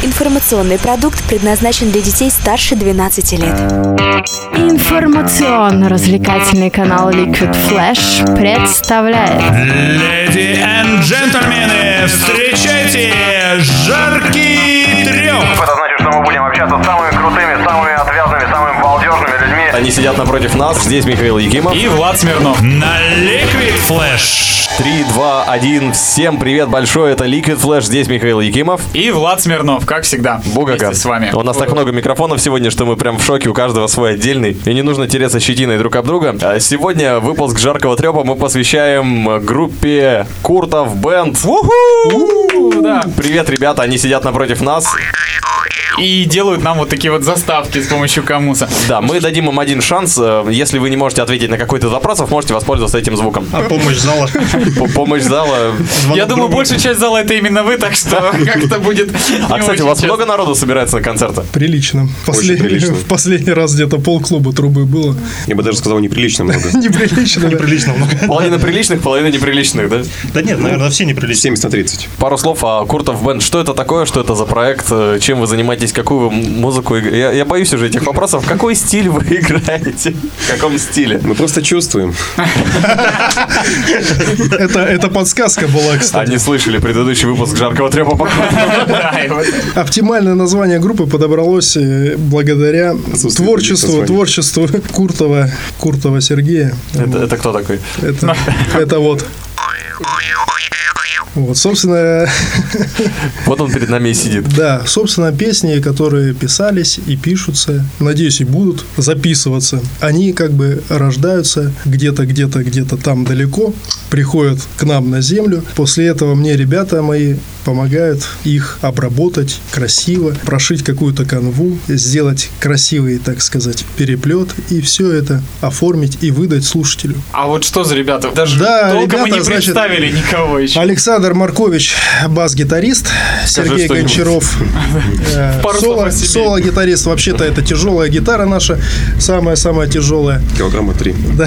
Информационный продукт предназначен для детей старше 12 лет. Информационно-развлекательный канал Liquid Flash представляет. Леди и джентльмены, встречайте жаркий трёп. Это значит, что мы будем общаться с самыми крутыми, самыми отвязными, самыми балдежными людьми. Они сидят напротив нас. Здесь Михаил Якимов И Влад Смирнов на Liquid Flash. 3, 2, 1. Всем привет большой. Это Liquid Flash. Здесь Михаил Якимов И Влад Смирнов, как всегда. Бугака. Вместе с вами. У нас так много микрофонов сегодня, что мы прям в шоке. У каждого свой отдельный. И не нужно тереться щетиной друг об друга. Сегодня выпуск жаркого трёпа мы посвящаем группе Куртов Бэнд. Да. Привет, ребята. Они сидят напротив нас. И делают нам вот такие вот заставки с помощью камуса. Да, мы дадим им один шанс. Если вы не можете ответить на какой-то из вопросов, можете воспользоваться этим звуком. А помощь зала? Помощь зала. Я думаю, большая часть зала это именно вы, так что как-то будет. А, кстати, у вас много народу собирается на концерты? Прилично. прилично. В последний раз где-то полклуба трубы было. Я бы даже сказал, неприлично много. Неприлично много. Половина приличных, половина неприличных, да? Да нет, наверное, все неприличные. 70/30. Пару слов о Куртов Бэнд. Что это такое, что это за проект, чем вы занимаетесь, какую вы музыку играете? Я боюсь уже этих вопросов. Какой стиль вы играете? В каком стиле? Мы просто чувствуем. Это подсказка была, кстати. Они слышали предыдущий выпуск жаркого трёпа. Оптимальное название группы подобралось благодаря творчеству Куртова Сергея. Это кто такой? Это вот. Вот, собственно... Вот он перед нами и сидит. Да, собственно, песни, которые писались и пишутся, надеюсь, и будут записываться, они как бы рождаются где-то там далеко, приходят к нам на землю. После этого мне ребята мои помогают их обработать красиво, прошить какую-то канву, сделать красивый, так сказать, переплет и все это оформить и выдать слушателю. А вот что за ребята? Даже Да, толком мы ребята, не значит, представили никого еще. Александр Маркович, бас-гитарист, Сергей что-нибудь. Гончаров, Пару слов о себе. соло-гитарист. Вообще-то это тяжелая гитара наша, самая-самая тяжелая. Килограмма 3. Да.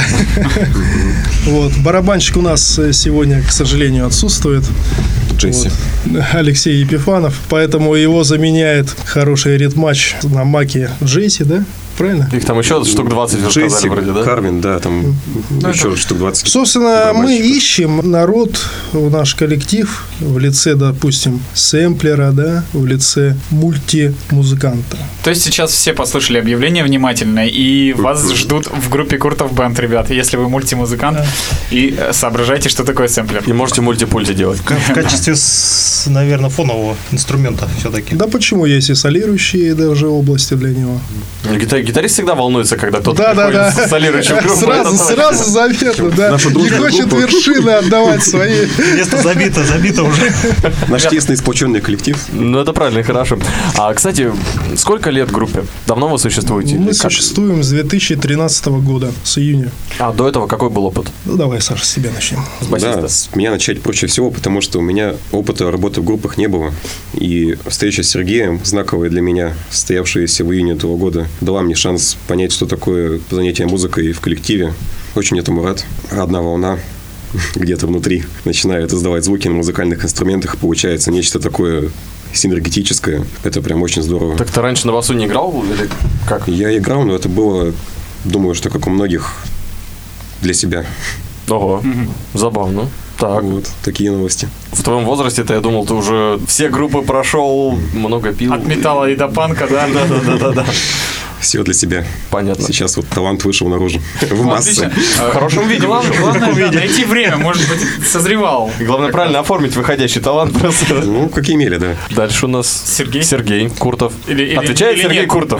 Вот. Барабанщик у нас сегодня, к сожалению, отсутствует. Джесси. Вот. Алексей Епифанов. Поэтому его заменяет хороший ритмач на маке Джесси, да? Правильно? Их там еще штук 20 вы сказали Джесси, вроде, да? Карвин, да, там еще штук 20. Собственно, мы барабанщиков. ищем народ в наш коллектив в лице, допустим, сэмплера, да, в лице мультимузыканта. То есть сейчас все послушали объявление внимательно, и вас ждут в группе Куртов Бэнд, ребят, если вы мультимузыкант, и соображайте, что такое сэмплер. И можете мультипульти делать. В качестве, наверное, фонового инструмента все-таки. Да почему есть и солирующие даже области для него? Гитарист всегда волнуется, когда кто-то Да. приходит с солирующим группой. Сразу заметно, да. Наша Не дружная хочет группа. вершины отдавать свои. Место забито уже. Наш тесный сплоченный коллектив. Ну, это правильно и хорошо. А, кстати, сколько лет группе? Давно вы существуете? Мы Или как? существуем с 2013 года, с июня. А, до этого какой был опыт? Ну, давай, Саша, с себя начнем. Да, с меня начать проще всего, потому что у меня опыта работы в группах не было. И встреча с Сергеем, знаковая для меня, состоявшаяся в июне этого года, дала мне шанс понять, что такое занятие музыкой в коллективе. Очень этому рад. Одна волна где-то внутри начинает издавать звуки на музыкальных инструментах. Получается нечто такое синергетическое. Это прям очень здорово. Так ты раньше на басу не играл? Или как? Я играл, но это было, думаю, что как у многих, для себя. Ого, забавно. Так. Вот, такие новости. В твоем возрасте-то, я думал, ты уже все группы прошел, много пил. От металла и до панка, да? Да. Все для себя. Понятно. Сейчас вот талант вышел наружу. В массы. Отлично. В хорошем виде. Главное, да, найти время, может быть, созревал. И главное, правильно оформить выходящий талант просто. Ну, как имели, да. Дальше у нас Сергей Куртов. Или Сергей нет? Куртов.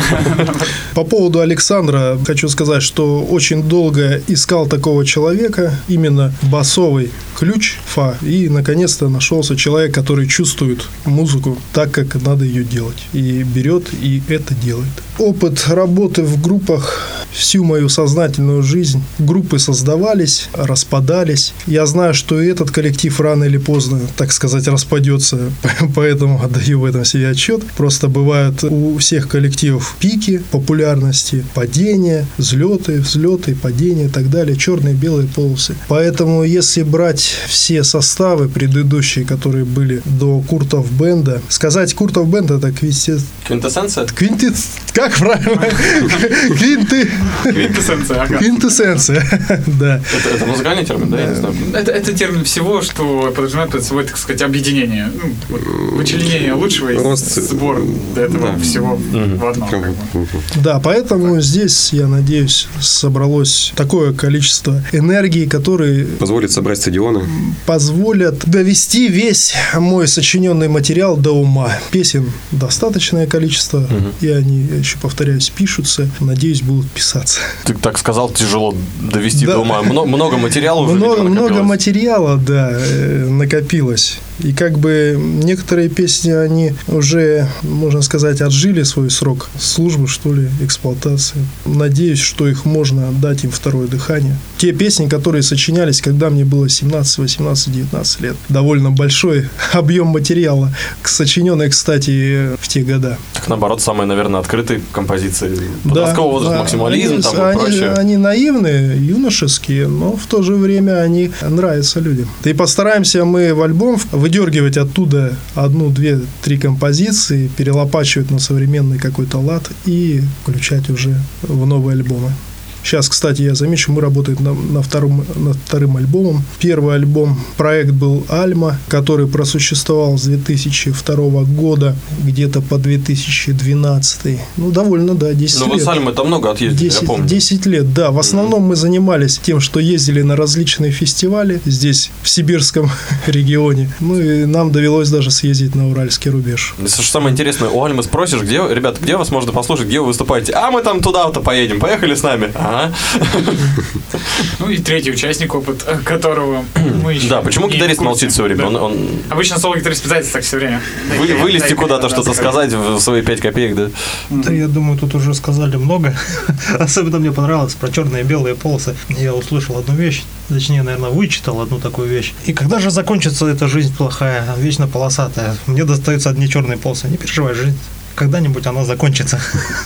По поводу Александра хочу сказать, что очень долго искал такого человека, именно басовый ключ, фа, и наконец-то нашелся человек, который чувствует музыку так, как надо ее делать, и берет и это делает. опыт работы в группах всю мою сознательную жизнь. Группы создавались, распадались. Я знаю, что и этот коллектив рано или поздно, так сказать, распадется, поэтому отдаю в этом себе отчет. Просто бывают у всех коллективов пики популярности, падения, взлеты, падения и так далее, черные, белые полосы. Поэтому, если брать все составы предыдущие, которые были до Куртов Бенда, сказать Куртов Бенд — это квинтэссенция? Как правильно? Квинтэссенция, ага. Квинтэссенция, да. Это музыкальный термин, да? Я не знаю. Это термин всего, что подразумевает под собой, так сказать, объединение. Вычленение лучшего и сбор этого всего в одном. Да, поэтому здесь, я надеюсь, собралось такое количество энергии, которые позволит собрать стадионы. Позволят довести весь мой сочиненный материал до ума. Песен достаточное количество, и они, я еще повторяюсь, пишутся. Надеюсь, будут писаться. Ты так сказал, тяжело довести до ума. Много материала уже много материала, да, накопилось. И как бы некоторые песни, они уже, можно сказать, отжили свой срок службы, что ли, эксплуатации. Надеюсь, что их можно дать им второе дыхание. Те песни, которые сочинялись, когда мне было 17, 18, 19 лет. Довольно большой объем материала, сочиненный, кстати, в те года. Так, наоборот, самые, наверное, открытые композиции. Подростковый возраст, максимализм и прочее. Они наивные, юношеские, но в то же время они нравятся людям. И постараемся мы в альбом выдергивать оттуда 1, 2, 3 композиции, перелопачивать на современный какой-то лад и включать уже в новые альбомы. Сейчас, кстати, я замечу, мы работаем над вторым альбомом. Первый альбом, проект был «Альма», который просуществовал с 2002 года где-то по 2012. довольно, 10 лет. Но вы с «Альмой» там много отъездили, я помню. 10 лет, да. В основном мы занимались тем, что ездили на различные фестивали здесь, в сибирском регионе. И нам довелось даже съездить на Уральский рубеж. Самое интересное, у «Альмы» спросишь, ребята, где вас можно послушать, где вы выступаете? А мы там туда-то поедем, поехали с нами. И третий участник, опыт которого мы еще... Да, почему гитарист молчит все время? Да. Обычно соло-гитарист пытается так все время. Вылезти куда-то, что-то сказать в свои 5 копеек, да? Да, я думаю, тут уже сказали много. Особенно мне понравилось про черные и белые полосы. Я услышал одну вещь, точнее, наверное, вычитал одну такую вещь. И когда же закончится эта жизнь плохая, вечно полосатая? Мне достаются одни черные полосы. Не переживай, жизнь когда-нибудь она закончится.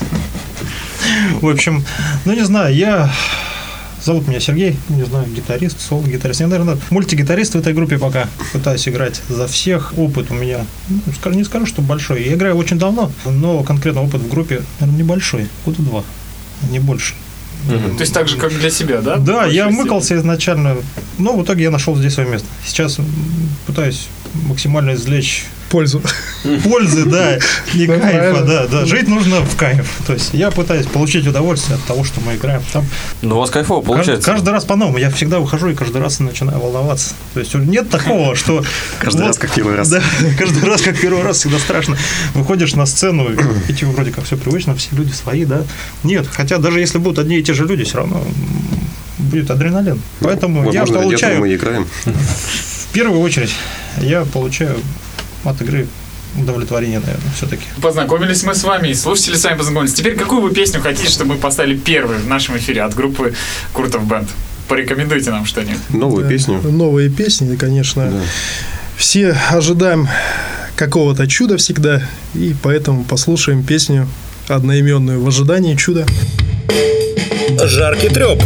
В общем, не знаю, зовут меня Сергей, не знаю, гитарист, соло-гитарист. Я, наверное, мультигитарист в этой группе пока. Пытаюсь играть за всех. Опыт у меня, не скажу, что большой. Я играю очень давно, но конкретно опыт в группе, наверное, небольшой. 2 года, не больше. То есть так же, как для себя, да? Да, я мыкался изначально, но в итоге я нашел здесь свое место. Сейчас пытаюсь максимально извлечь пользы, да, и кайфа, да. Жить нужно в кайф. То есть я пытаюсь получить удовольствие от того, что мы играем. Там у вас кайфово получается. Каждый раз по-новому. Я всегда выхожу и каждый раз начинаю волноваться. То есть нет такого, что... Каждый раз как первый раз. Да, каждый раз как первый раз, всегда страшно. Выходишь на сцену, и тебе вроде как все привычно, все люди свои, да. Нет, хотя даже если будут одни и те же люди, все равно будет адреналин. Поэтому я получаю... мы играем. В первую очередь я получаю от игры удовлетворение, наверное, все-таки. Познакомились мы с вами, и слушатели с вами познакомились. Теперь какую вы песню хотите, чтобы мы поставили первую в нашем эфире от группы Куртов Бенд? Порекомендуйте нам что-нибудь. Новую песню. Новые песни, конечно. Да. Все ожидаем какого-то чуда всегда, и поэтому послушаем песню одноименную «В ожидании чуда». Жаркий трёп.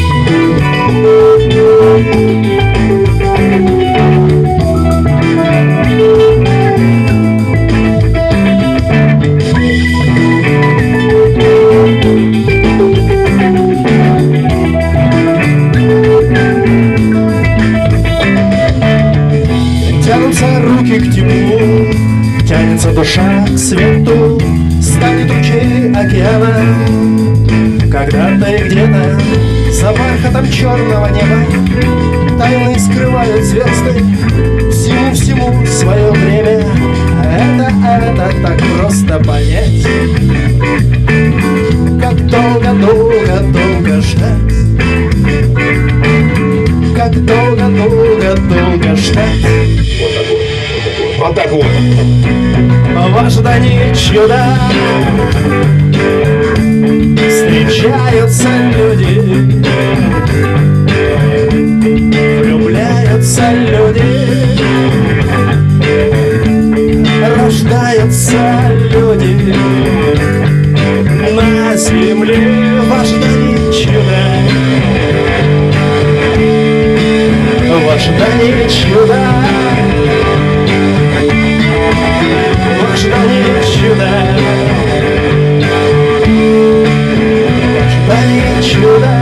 Тянутся руки к теплу, тянется душа к свету, станет ручей океана. Когда-то и где-то за бархатом черного неба тайны скрывают звезды. Всему свое время. Это так просто понять. Как долго ждать. Как долго ждать. Вот так вот. В ожидании чуда. Влюбляются люди. Влюбляются люди. Рождаются люди. На земле в ожидании чуда. В ожидании чуда. В ожидании чуда. В ожидании чуда.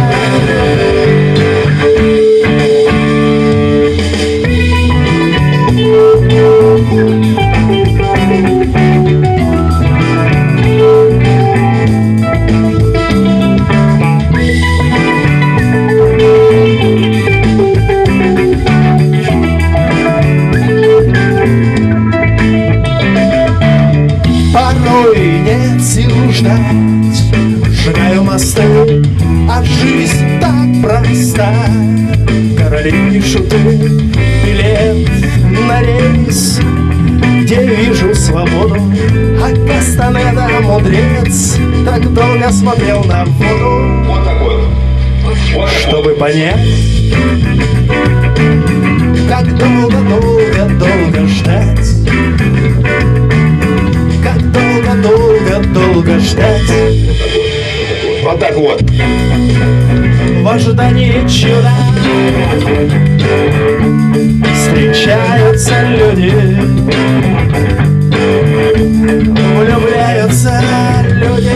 Ждать, сжигаю мосты, а жизнь так проста. Короли и шуты, билет на рейс, где вижу свободу. А Кастанеда, мудрец, так долго смотрел на воду. Вот так вот. Чтобы понять, как долго ждать. Как долго ждать. Вот так вот. В ожидании чуда встречаются люди. Влюбляются люди.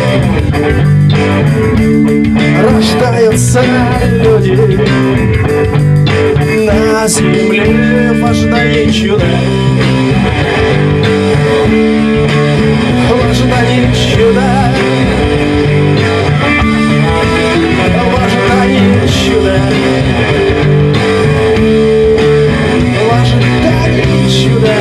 Рождаются люди. На земле в ожидании чуда. В ожидании чуда. В ожидании чуда. В ожидании чуда.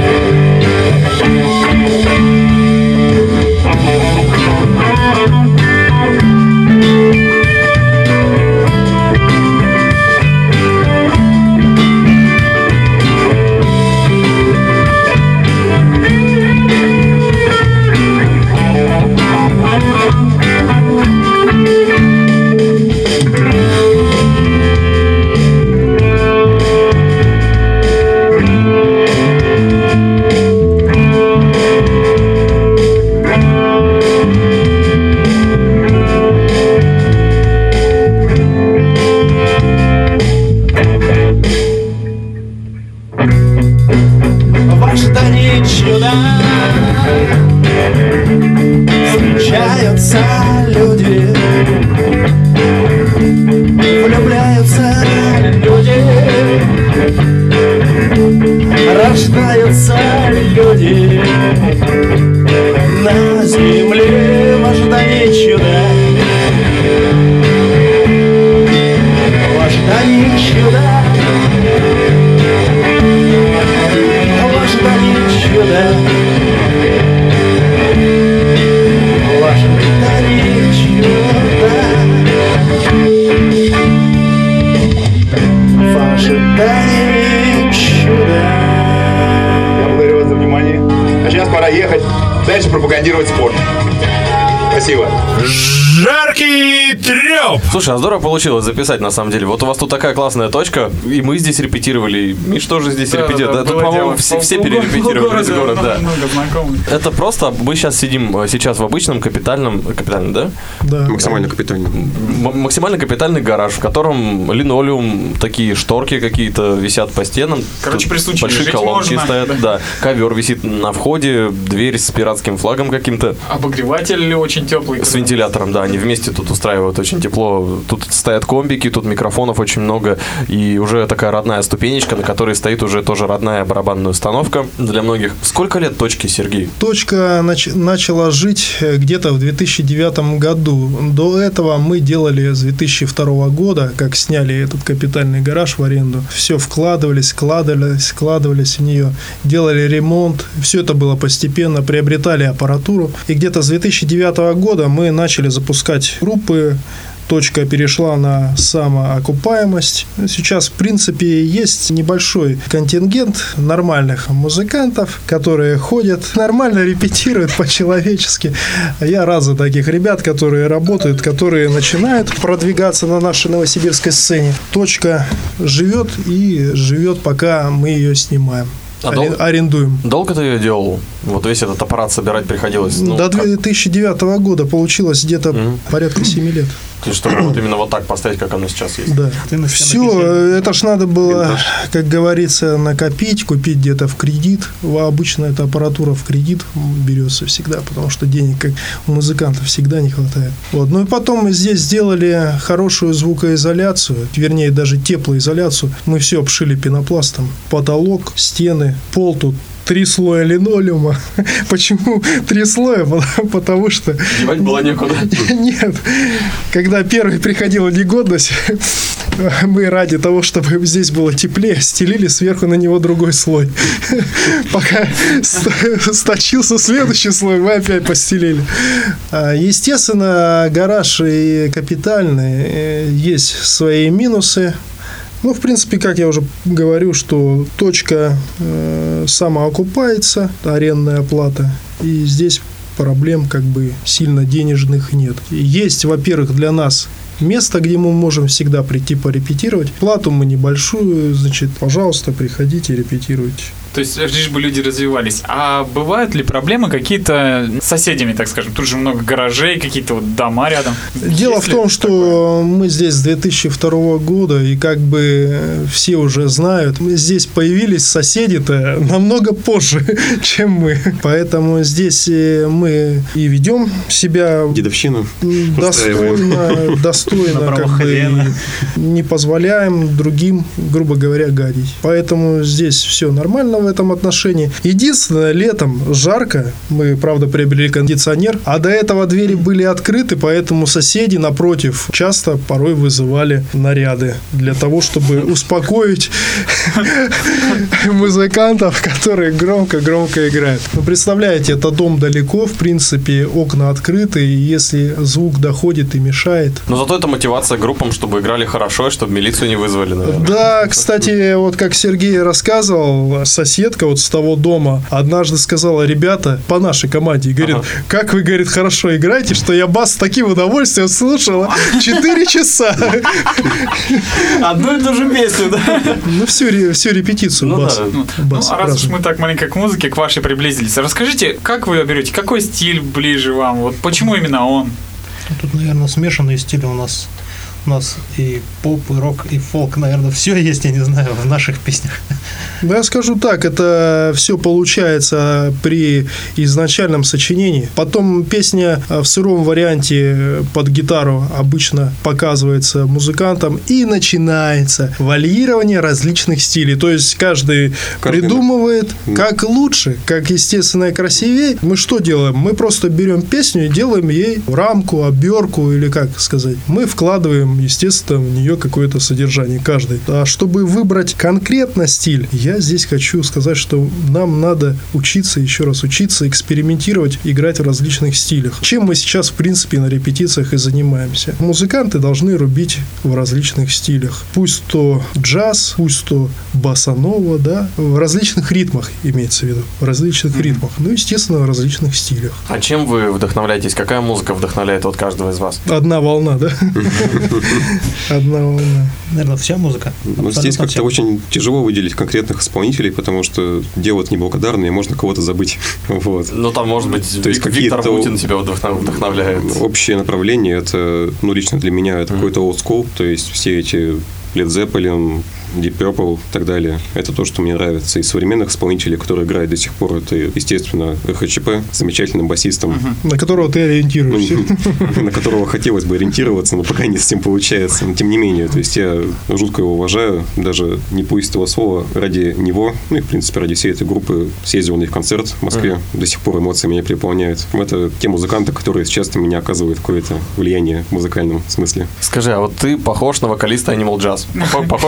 Встречаются люди. Влюбляются люди. Рождаются люди. На земле в ожидании чуда. В ожидании чуда. В ожидании чуда. В ожидании чуда. В ожидании чуда. Я благодарю вас за внимание. А сейчас пора ехать дальше пропагандировать спорт. Спасибо. Жаркий трёп! Слушай, а здорово получилось записать, на самом деле. Вот у вас тут такая классная точка, и мы здесь репетировали, и Миш тоже здесь репетировал. Тут, по-моему, все перерепетировали весь город, да. Это просто, мы сейчас сидим сейчас в обычном капитальном, да? Да. Максимально капитальный. Максимально капитальный гараж, в котором линолеум, такие шторки какие-то висят по стенам. Короче, присутствие, большие жить колонки можно, стоят, да. Ковер висит на входе, дверь с пиратским флагом каким-то. Обогреватель очень теплый. С вентилятором, да, они вместе тут устраивают очень тепло. Тут стоят комбики, тут микрофонов очень много. И уже такая родная ступенечка, на которой стоит уже тоже родная барабанная установка для многих. Сколько лет точке, Сергей? Точка начала жить где-то в 2009 году. До этого мы делали с 2002 года, как сняли этот капитальный гараж в аренду. Все вкладывались в нее, делали ремонт. Все это было постепенно, приобретали аппаратуру. И где-то с 2009 года мы начали запускать группы, точка перешла на самоокупаемость. Сейчас, в принципе, есть небольшой контингент нормальных музыкантов, которые ходят, нормально репетируют по-человечески. Я рад за таких ребят, которые работают, которые начинают продвигаться на нашей новосибирской сцене. Точка живет и живет, пока мы ее снимаем. Арендуем. Долго ты ее делал? Вот весь этот аппарат собирать приходилось? До 2009 года получилось где-то порядка 7 лет. И чтобы вот именно вот так поставить, как оно сейчас есть. Да. Все, это ж надо было, как говорится, накопить, купить где-то в кредит. Обычно эта аппаратура в кредит берется всегда, потому что денег, как у музыкантов, всегда не хватает. Вот. Ну и потом мы здесь сделали хорошую звукоизоляцию, вернее, даже теплоизоляцию. Мы все обшили пенопластом. Потолок, стены, пол тут. 3 слоя линолеума. Почему 3 слоя? Потому что... Девать было некуда. Нет. Когда первый приходила негодность, мы ради того, чтобы здесь было теплее, стелили сверху на него другой слой. Пока сточился следующий слой, мы опять постелили. Естественно, гараж и капитальный, есть свои минусы. Ну, в принципе, как я уже говорю, что точка самоокупается, арендная плата, и здесь проблем как бы сильно денежных нет. Есть, во-первых, для нас место, где мы можем всегда прийти порепетировать. Плату мы небольшую, значит, пожалуйста, приходите, репетируйте. То есть, лишь бы люди развивались. А бывают ли проблемы какие-то с соседями, так скажем? Тут же много гаражей, какие-то вот дома рядом. Дело в том, что мы здесь с 2002 года, и как бы все уже знают, здесь появились соседи-то намного позже, чем мы. Поэтому здесь мы и ведем себя дедовщину достойно как бы не позволяем другим, грубо говоря, гадить. Поэтому здесь все нормально в этом отношении. Единственное, летом жарко. Мы, правда, приобрели кондиционер, а до этого двери были открыты, поэтому соседи напротив часто порой вызывали наряды для того, чтобы успокоить музыкантов, которые громко-громко играют. Ну, представляете, это дом далеко, в принципе, окна открыты, и если звук доходит и мешает. Но зато это мотивация группам, чтобы играли хорошо, и чтобы милицию не вызвали, наверное. Да, кстати, вот как Сергей рассказывал, соседка вот с того дома однажды сказала: ребята, по нашей команде, говорит, как вы, говорит, хорошо играете, что я бас с таким удовольствием слушала 4 часа. Одну и ту же песню, да? Ну, всю репетицию бас. А раз уж мы так маленько к музыке, к вашей приблизились, расскажите, как вы ее берете, какой стиль ближе вам, вот почему именно он? Тут, наверное, смешанные стили у нас. У нас и поп, и рок, и фолк, наверное, все есть, я не знаю, в наших песнях. Да, я скажу так, это все получается при изначальном сочинении. Потом песня в сыром варианте под гитару обычно показывается музыкантам, и начинается вальирование различных стилей. То есть каждый придумывает, как лучше, как естественно и красивее. Мы что делаем? Мы просто берем песню и делаем ей рамку, оберку, или как сказать. Мы вкладываем, естественно, в нее какое-то содержание каждый. А чтобы выбрать конкретно стиль, я здесь хочу сказать, что нам надо учиться, еще раз учиться, экспериментировать, играть в различных стилях. Чем мы сейчас, в принципе, на репетициях и занимаемся. Музыканты должны рубить в различных стилях. Пусть то джаз, пусть то босса-нова, да, в различных ритмах имеется в виду. В различных ритмах. Ну, естественно, в различных стилях. А чем вы вдохновляетесь? Какая музыка вдохновляет вот каждого из вас? Одна волна, да? Одна волна. Наверное, вся музыка. Но здесь как-то очень тяжело выделить конкретных исполнителей, потому что делают неблагодарные, можно кого-то забыть. Вот. Ну, там, может быть, то есть Виктор Путин тебя вдохновляет. Общее направление, это, ну, лично для меня, это какой-то old school, то есть все эти Led Zeppelin, Deep Purple и так далее. Это то, что мне нравится. Из современных исполнителей, которые играют до сих пор, это, естественно, РХЧП с замечательным басистом. На которого ты ориентируешься. На которого хотелось бы ориентироваться, но пока не с тем получается. Но тем не менее, то есть я жутко его уважаю, даже не пусть этого слова, ради него, ну и, в принципе, ради всей этой группы съездил на их концерт в Москве. До сих пор эмоции меня переполняют. Это те музыканты, которые сейчас на меня оказывают какое-то влияние в музыкальном смысле. Скажи, а вот ты похож на вокалиста Animal Jazz? Похож? Честно,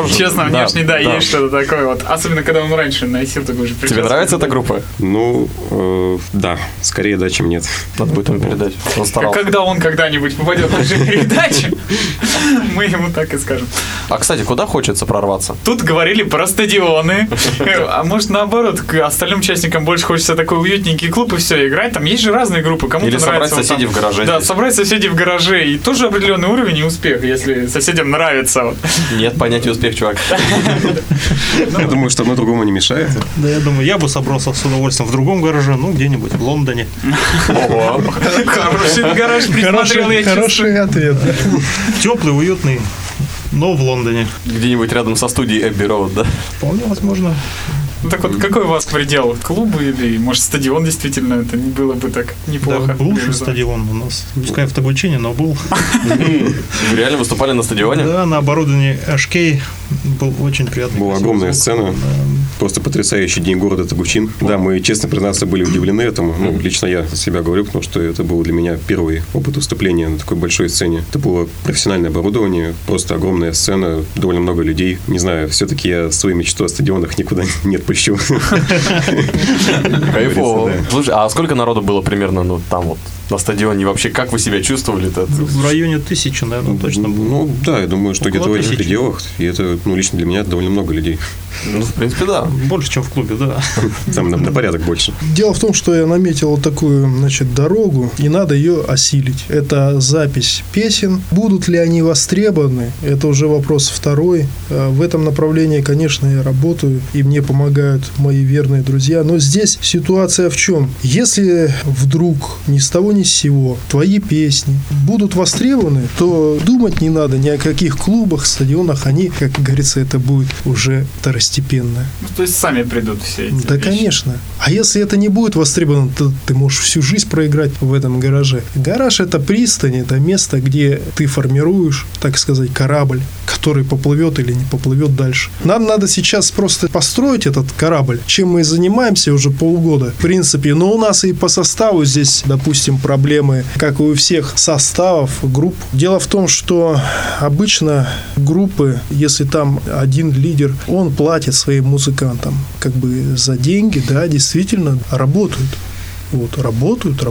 внешне, да, есть что-то такое. Вот. Особенно, когда он раньше носил такой же прическу. Тебе нравится эта группа? Ну, да. Скорее да, чем нет. Надо будет ему передать. Он старался. Когда он когда-нибудь попадет в наши передачи, мы ему так и скажем. А, кстати, куда хочется прорваться? Тут говорили про стадионы. А может, наоборот, к остальным участникам больше хочется такой уютненький клуб и все, играть. Там есть же разные группы. Кому-то или нравится, собрать соседей в гараже. Да, собрать соседей в гараже. И тоже определенный уровень и успех, если соседям нравится. Нет понятия успех, чувак. Я думаю, что одно другому не мешает. Да, я думаю, я бы собрался с удовольствием в другом гараже, ну, где-нибудь в Лондоне. Ого, хороший гараж присмотрел я. Хороший ответ. Теплый, уютный, но в Лондоне. Где-нибудь рядом со студией Эбби Роуд, да? Вполне возможно. Ну так вот, какой у вас предел? Клубы или, может, стадион действительно? Это не было бы так неплохо. Да, был же стадион у нас. Пускай в Табучине, но был. Вы реально выступали на стадионе? Да, на оборудовании HK. Был очень приятный. Была огромная сцена. Просто потрясающий день города Табучин. Да, мы, честно признаться, были удивлены этому. Ну, лично я за себя говорю, потому что это был для меня первый опыт выступления на такой большой сцене. Это было профессиональное оборудование, просто огромная сцена, довольно много людей. Не знаю, все-таки я свои мечты о стадионах никуда не отпущу. Кайфово. Слушай, а сколько народу было примерно, ну, там вот, на стадионе? Вообще, как вы себя чувствовали-то? В районе 1000, наверное, точно было. Ну, да, я думаю, что где-то в этих пределах. И это, ну, лично для меня довольно много людей. Ну, в принципе, да. Больше, чем в клубе, да. Там на порядок больше. Дело в том, что я наметил такую, значит, дорогу, и надо ее осилить. Это запись песен. Будут ли они востребованы? Это уже вопрос второй. В этом направлении, конечно, я работаю, и мне помогают мои верные друзья. Но здесь ситуация в чем? Если вдруг ни с того ни с сего твои песни будут востребованы, то думать не надо ни о каких клубах, стадионах. Они, как говорится, это будет уже второстепенно. Ну, то есть сами придут все эти Да, вещи. конечно. А если это не будет востребовано, то ты можешь всю жизнь проиграть в этом гараже. Гараж – это пристань, это место, где ты формируешь, так сказать, корабль, который поплывет или не поплывет дальше. Нам надо сейчас просто построить этот корабль, чем мы и занимаемся уже полгода, в принципе. Но у нас и по составу здесь, допустим, проблемы, как и у всех составов групп. Дело в том, что обычно группы, если там один лидер, он платит своим музыкантам как бы за деньги, да, действительно работают. Вот, работают.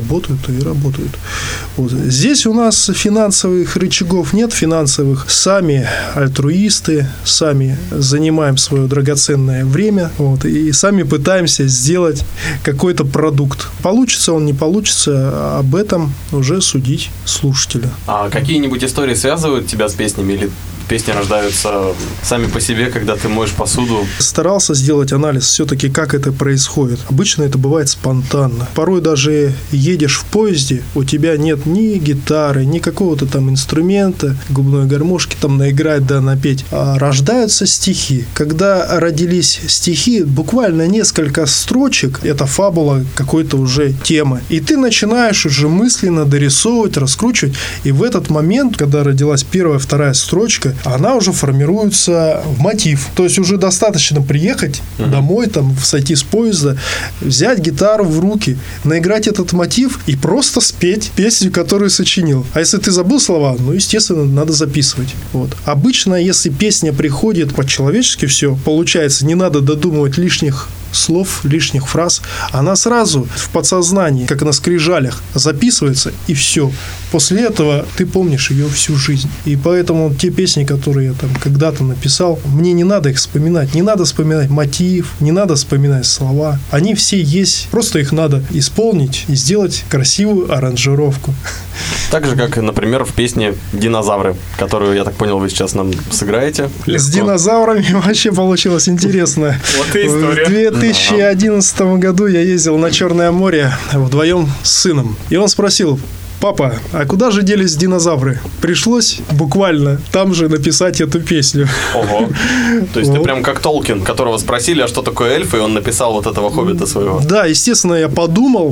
Вот. Здесь у нас финансовых рычагов нет, сами альтруисты, сами занимаем свое драгоценное время, вот, и сами пытаемся сделать какой-то продукт. Получится он, не получится, об этом уже судить слушателя. А какие-нибудь истории связывают тебя с песнями или песни рождаются сами по себе, когда ты моешь посуду? Старался сделать анализ все-таки, как это происходит. Обычно это бывает спонтанно. Порой даже едешь в поезде, у тебя нет ни гитары, ни какого-то там инструмента, губной гармошки там наиграть, да напеть. А рождаются стихи. Когда родились стихи, буквально несколько строчек, это фабула какой-то уже темы. И ты начинаешь уже мысленно дорисовывать, раскручивать. И в этот момент, когда родилась первая, вторая строчка, она уже формируется в мотив. То есть уже достаточно приехать домой, там, сойти с поезда, взять гитару в руки, наиграть этот мотив и просто спеть песню, которую сочинил. А если ты забыл слова, ну, естественно, надо записывать. Вот. Обычно, если песня приходит по-человечески, все получается, не надо додумывать лишних слов, лишних фраз, она сразу в подсознании, как на скрижалях, записывается, и все. После этого ты помнишь ее всю жизнь. И поэтому те песни, которые я там когда-то написал, мне не надо их вспоминать. Не надо вспоминать мотив, не надо вспоминать слова. Они все есть, просто их надо исполнить и сделать красивую аранжировку. Так же, как, например, в песне «Динозавры», которую, я так понял, вы сейчас нам сыграете. С динозаврами вообще получилось интересно. Вот и история. В 2011 году я ездил на Черное море вдвоем с сыном. И он спросил: папа, а куда же делись динозавры? Пришлось буквально там же написать эту песню. Ого. То есть ты прям как Толкин, которого спросили, а что такое эльфы, и он написал вот этого хоббита своего. Да, естественно, я подумал.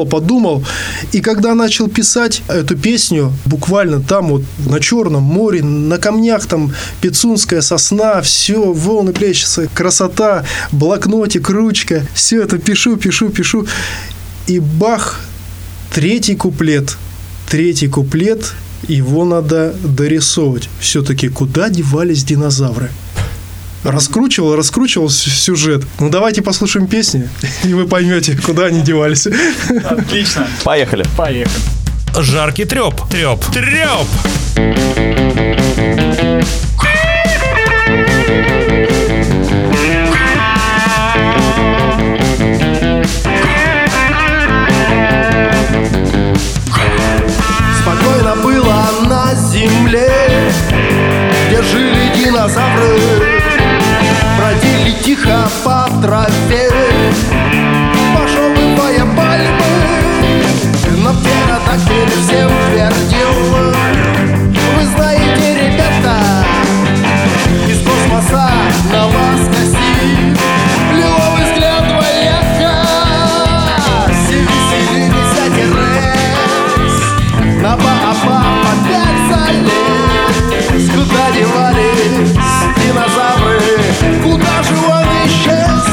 И когда начал писать эту песню, буквально там вот на Черном море, на камнях там пицунская сосна, все, волны плещутся, красота, блокнотик, ручка, все это пишу. И бах, третий куплет, его надо дорисовывать. Все-таки куда девались динозавры? раскручивал сюжет. Ну, давайте послушаем песни, и вы поймете, куда они девались. Отлично. Поехали. Жаркий трёп. Спокойно было на земле, где жили динозавры, бродили тихо по траве, пошёбывая пальмы. Но птеродактиль всем твердил: вы знаете, ребята, из космоса на вас косит лиловый взгляд вояка. Все веселились, отираясь, на Баобаб опять залез. Куда девались динозавры, куда же он исчез?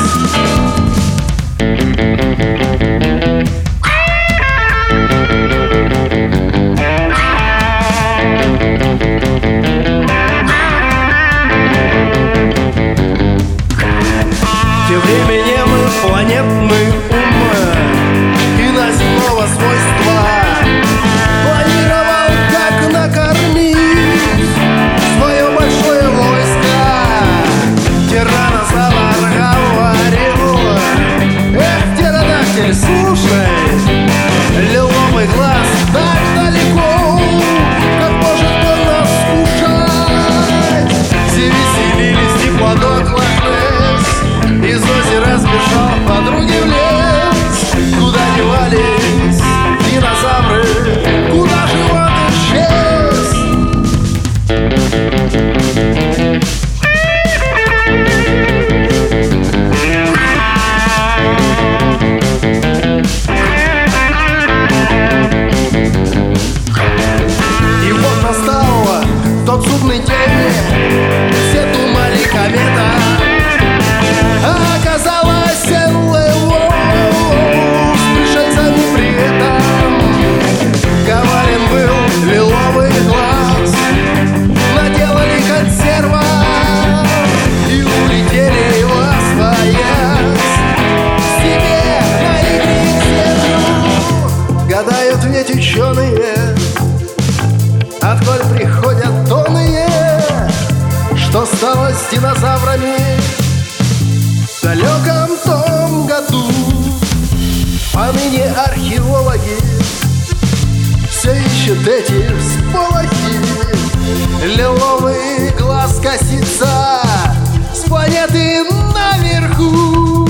Тем временем планетный ум иноземного свойства планировал, как накормить свое большое войско. Тираннозавр говорил: эх, птеродактиль, слушай, лиловый глаз так далеко, как может он нас скушать? Все веселились, диплодок Лохнесс из озера сбежал подруги в лес. Куда девались динозавры, куда же он исчез? И вот настал тот судный день, все думали комета, а оказалось НЛО с пришельцами при этом. Коварен был лиловый глаз, наделали консерва и улетели восвоясь себе на игре. Гадают ведь ученые, отколь приходят тоные, что стало с динозаврами в далеком том году. А ныне археологи все ищут эти всполохи. Лиловый глаз косится с планеты наверху.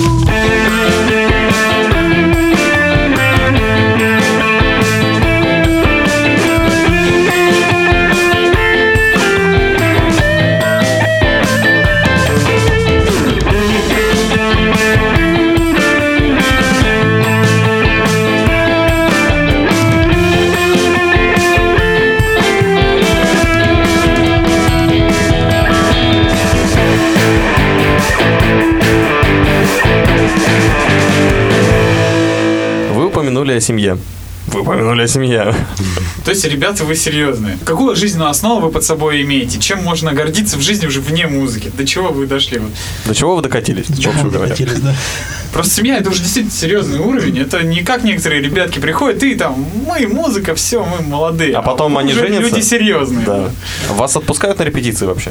упомянули о семье. Вы упомянули о семье. То есть, ребята, вы серьезные. Какую жизненную основу вы под собой имеете? Чем можно гордиться в жизни уже вне музыки? До чего вы дошли? До чего вы докатились? До чего вы докатились, да. Просто семья — это уже действительно серьезный уровень. Это не как некоторые ребятки приходят, и там, мы музыка, все, мы молодые. А потом они уже женятся. Люди серьезные. Да. Вас отпускают на репетиции вообще?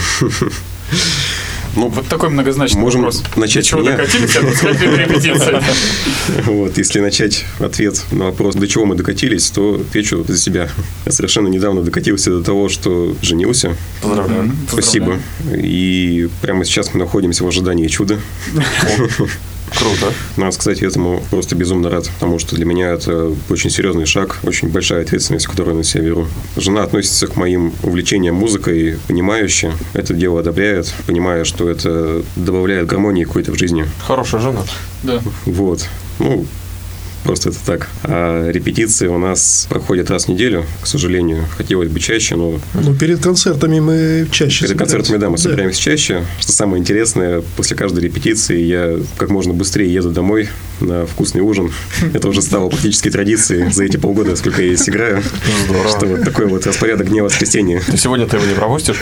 Ну, вот такой многозначный можем вопрос. Начать до чего докатились, отпускать на репетиции? Вот, если начать ответ на вопрос, до чего мы докатились, то отвечу за себя. Я совершенно недавно докатился до того, что женился. Поздравляю. Спасибо. И прямо сейчас мы находимся в ожидании чуда. Круто. Надо сказать, этому просто безумно рад, потому что для меня это очень серьезный шаг, очень большая ответственность, которую я на себя беру. Жена относится к моим увлечениям музыкой понимающе, это дело одобряет, понимая, что это добавляет гармонии какой-то в жизни. Хорошая жена. Да. Вот. Ну, просто это так. А репетиции у нас проходят раз в неделю, к сожалению. Хотелось бы чаще, но... Ну, перед концертами мы чаще Перед концертами, да, мы собираемся чаще. Что самое интересное, после каждой репетиции я как можно быстрее еду домой, на вкусный ужин. Это уже стало практически традицией за эти полгода, сколько я здесь играю. Здорово. Что вот такой вот распорядок дня воскресенья. Сегодня ты его не пропустишь?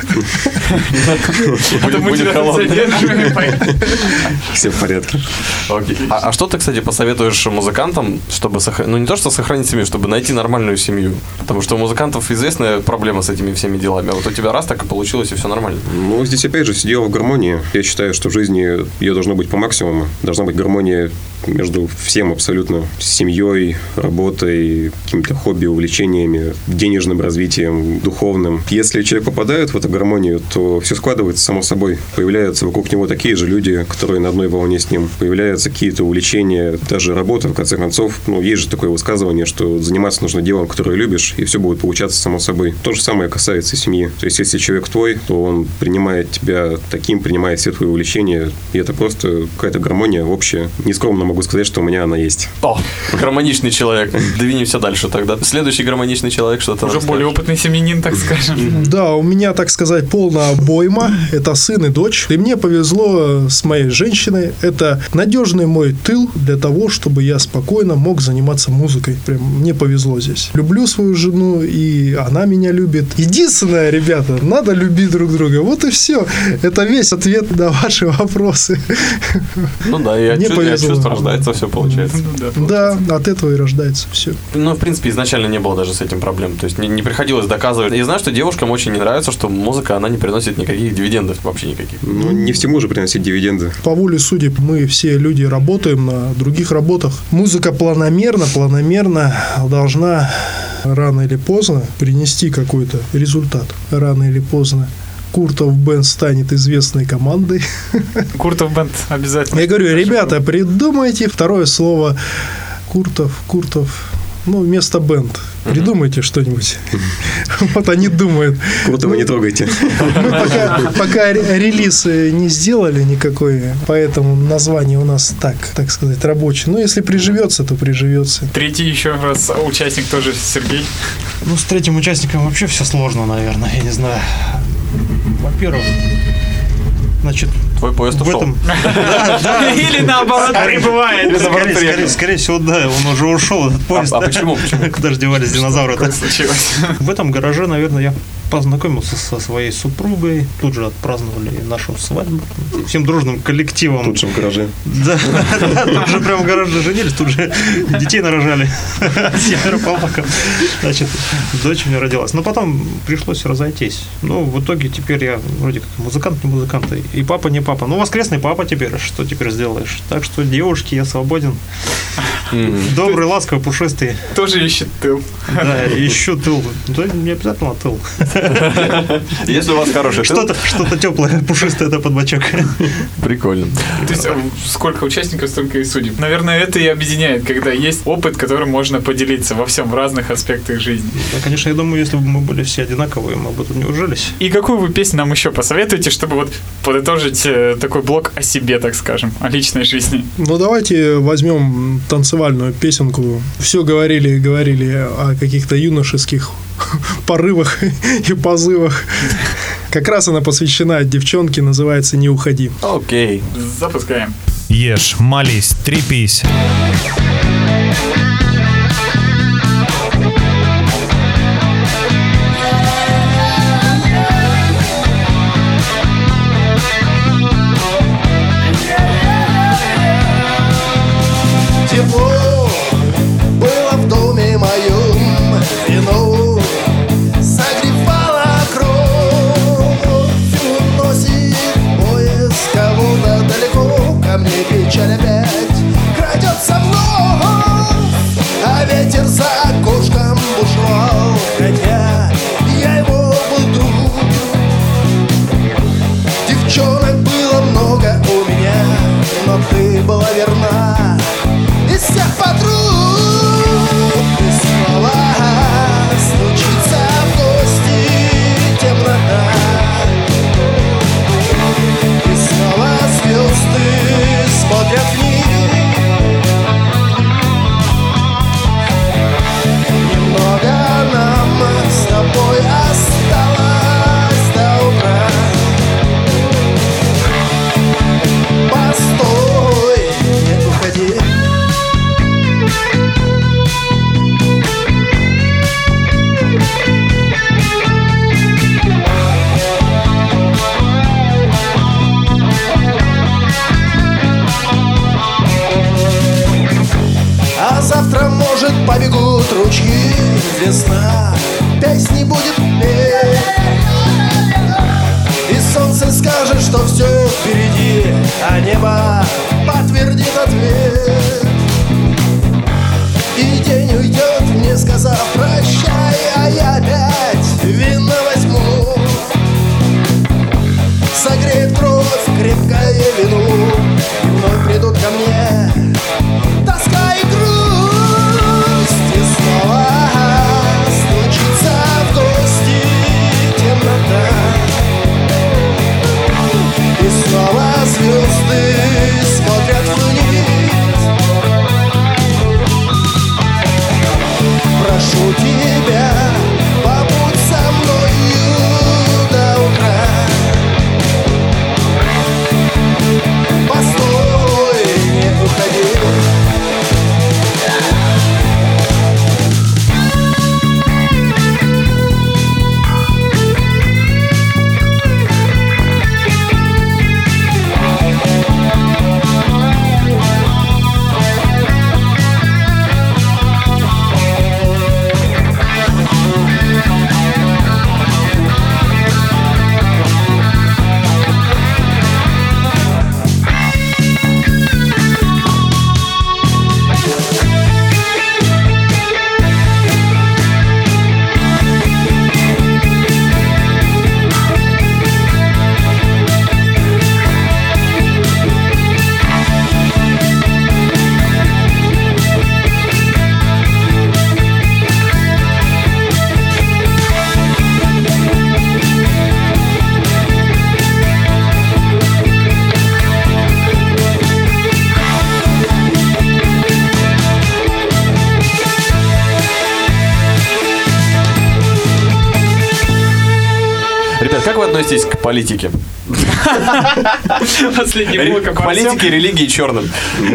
Будет холодно. Все в порядке. А что ты, кстати, посоветуешь музыкантам, чтобы, ну не то, что сохранить семью, чтобы найти нормальную семью? Потому что у музыкантов известная проблема с этими всеми делами. А вот у тебя раз так и получилось, и все нормально. Ну, здесь опять же все дело в гармонии. Я считаю, что в жизни ее должно быть по максимуму. Должна быть гармония между всем абсолютно. Семьей, работой, какими-то хобби, увлечениями, денежным развитием, духовным. Если человек попадает в эту гармонию, то все складывается само собой. Появляются вокруг него такие же люди, которые на одной волне с ним. Появляются какие-то увлечения, даже работа, в конце концов. Ну, есть же такое высказывание, что заниматься нужно делом, которое любишь, и все будет получаться само собой. То же самое касается и семьи. То есть, если человек твой, то он принимает тебя таким, принимает все твои увлечения, и это просто какая-то гармония общая. Нескромно могу сказать, что у меня она есть. О, гармоничный человек. Двинемся дальше тогда. Следующий гармоничный человек, что-то уже более опытный семьянин, так скажем. Да, у меня, так сказать, полная обойма. Это сын и дочь. И мне повезло с моей женщиной. Это надежный мой тыл для того, чтобы я спокойно мог заниматься музыкой. Прям мне повезло здесь. Люблю свою жену, и она меня любит. Единственное, ребята, надо любить друг друга. Вот и все. Это весь ответ на ваши вопросы. Ну да, и от чувства рождается все, получается. Да, от этого и рождается все. Ну, в принципе, изначально не было даже с этим проблем. То есть не приходилось доказывать. Я знаю, что девушкам очень не нравится, что музыка, она не приносит никаких дивидендов, вообще никаких. Ну, не всему же приносить дивиденды. По воле судеб мы все люди работаем на других работах. Музыка планомерно должна рано или поздно принести какой-то результат. Рано или поздно Куртов Бенд станет известной командой. Куртов Бенд обязательно. Я говорю, ребята, придумайте второе слово Куртов, ну, вместо бенд. Придумайте что-нибудь. Вот они думают. Куртова не трогайте. Мы пока релиз не сделали никакой, поэтому название у нас так сказать, рабочее. Но если приживется, то приживется. Третий еще раз участник тоже Сергей. Ну, с третьим участником вообще все сложно, наверное. Я не знаю. Во-первых, значит, твой поезд ушел. Или наоборот прибывает. Скорее всего, да, он уже ушел, этот поезд. А почему? Куда же девались динозавры? В этом гараже, наверное, я познакомился со своей супругой. Тут же отпраздновали нашу свадьбу. Всем дружным коллективом. Тут же в гараже. Да, тут же прямо в гараже женились, тут же детей нарожали. 7 палок. Значит, дочь у меня родилась. Но потом пришлось разойтись. Ну, в итоге теперь я вроде как музыкант, не музыкант. И папа, не папа. Ну, воскресный папа теперь. Что теперь сделаешь? Так что, девушки, я свободен. Добрый, ласковый, пушистый. Тоже ищет тыл. Да, ищу тыл. Да, не обязательно тыл. Если у вас хороший тыл. Что-то теплое, пушистое, это под бочок. Прикольно. То есть, сколько участников, столько и судеб. Наверное, это и объединяет, когда есть опыт, которым можно поделиться во всем, в разных аспектах жизни. Да, конечно, я думаю, если бы мы были все одинаковые, мы бы тут не ужились. И какую вы песню нам еще посоветуете, чтобы вот подытожить такой блок о себе, так скажем, о личной жизни? Ну, давайте возьмем танцевальную песенку. Все говорили о каких-то юношеских порывах и позывах. Как раз она посвящена девчонке, называется «Не уходи». Окей. Запускаем. Ешь, молись, трепись. Тепло было в доме моем, вино согревало кровь. Уносит поезд кого-то далеко, ко мне печаль опять крадется вновь, а ветер за окошком бушевал, хотя я его был друг. Девчонок было много у меня, но ты была верна. Из всех подруг и снова стучится в гости темнота, и снова звезды смотрят вниз. Немного нам ручьи, весна песни будет петь. И солнце скажет, что все впереди, а небо подтвердит ответ. И день уйдет, мне сказав прощай, а я опять вино возьму. Согреет кровь крепкое вино, и вновь придут ко мне тоска и грусть. И снова стучится в гости темнота, и снова звезды смотрят вниз. Прошу тебя, побудь со мною до утра. Постой, не уходи. Как вы относитесь к политике? Последний блок К политике, религии и черным.